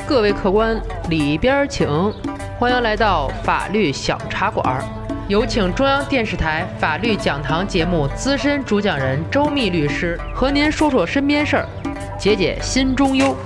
各位客官里边请，欢迎来到法律小茶馆。有请中央电视台法律讲堂节目资深主讲人周密律师和您说说身边事儿，解解心中忧。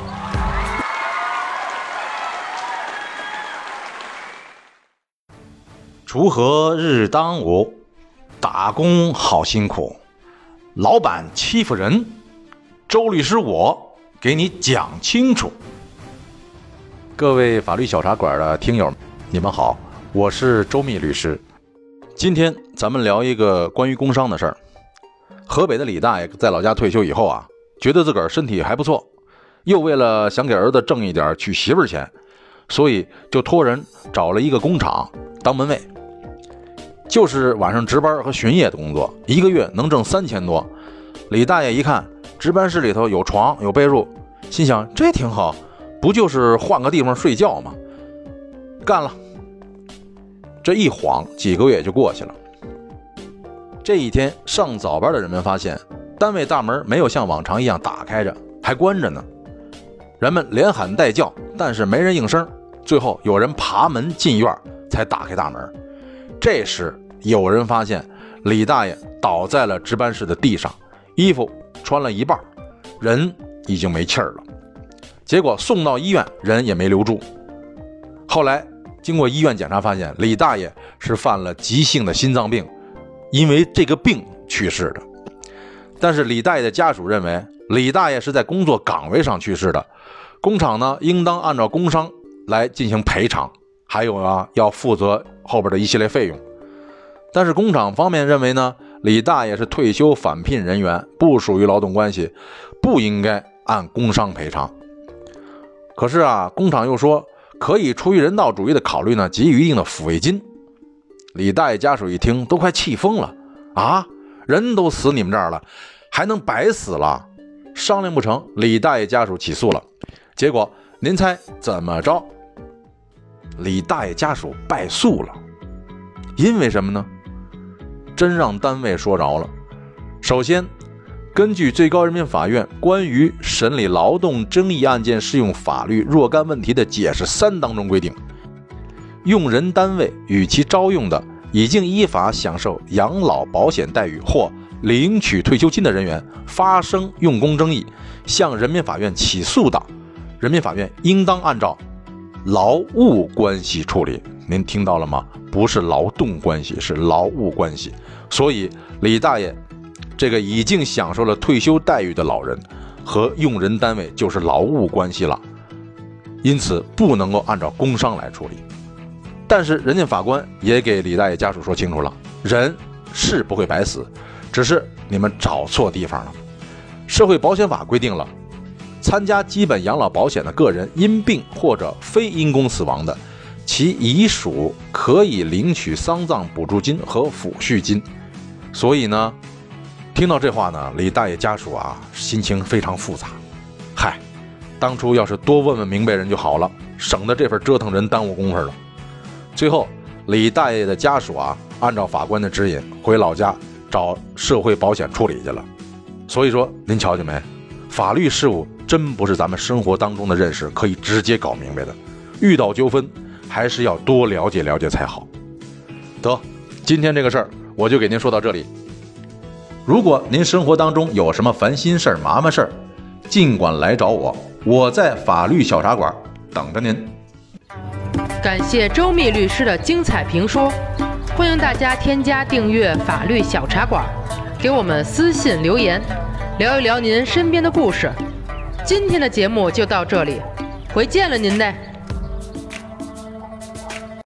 锄禾日当午，打工好辛苦，老板欺负人，周律师我给你讲清楚。各位法律小茶馆的听友，你们好，我是周密律师。今天咱们聊一个关于工伤的事儿。河北的李大爷在老家退休以后啊，觉得自个儿身体还不错，又为了想给儿子挣一点娶媳妇钱，所以就托人找了一个工厂当门卫，就是晚上值班和巡夜的工作，一个月能挣3000多。李大爷一看值班室里头有床有被褥，心想这挺好，不就是换个地方睡觉吗？干了。这一晃几个月就过去了。这一天上早班的人们发现单位大门没有像往常一样打开着，还关着呢。人们连喊带叫，但是没人应声，最后有人爬门进院才打开大门。这时有人发现李大爷倒在了值班室的地上，衣服穿了一半，人已经没气儿了。结果送到医院，人也没留住。后来经过医院检查，发现李大爷是犯了急性的心脏病，因为这个病去世的。但是李大爷的家属认为李大爷是在工作岗位上去世的，工厂呢应当按照工伤来进行赔偿，还有要负责后边的一系列费用。但是工厂方面认为呢，李大爷是退休返聘人员，不属于劳动关系，不应该按工伤赔偿。可是工厂又说可以出于人道主义的考虑呢，给予一定的抚慰金。李大爷家属一听都快气疯了人都死你们这儿了，还能白死了？商量不成，李大爷家属起诉了。结果您猜怎么着？李大爷家属败诉了。因为什么呢？真让单位说着了。首先，根据最高人民法院关于审理劳动争议案件适用法律若干问题的解释3当中规定，用人单位与其招用的已经依法享受养老保险待遇或领取退休金的人员发生用工争议，向人民法院起诉的，人民法院应当按照劳务关系处理。您听到了吗？不是劳动关系，是劳务关系。所以李大爷这个已经享受了退休待遇的老人和用人单位就是劳务关系了，因此不能够按照工伤来处理。但是人家法官也给李大爷家属说清楚了，人是不会白死，只是你们找错地方了。社会保险法规定了，参加基本养老保险的个人因病或者非因公死亡的，其遗属可以领取丧葬补助金和抚恤金。所以呢，听到这话呢，李大爷家属心情非常复杂。当初要是多问问明白人就好了，省得这份折腾人耽误工夫了。最后李大爷的家属按照法官的指引回老家找社会保险处理去了。所以说您瞧见没，法律事务真不是咱们生活当中的认识可以直接搞明白的，遇到纠纷还是要多了解了解才好。得，今天这个事儿我就给您说到这里。如果您生活当中有什么烦心事儿麻烦事儿，尽管来找我，我在法律小茶馆等着您。 感谢周密律师的精彩评说，欢迎大家添加订阅法律小茶馆，给我们私信留言，聊一聊您身边的故事。今天的节目就到这里，回见了您嘞。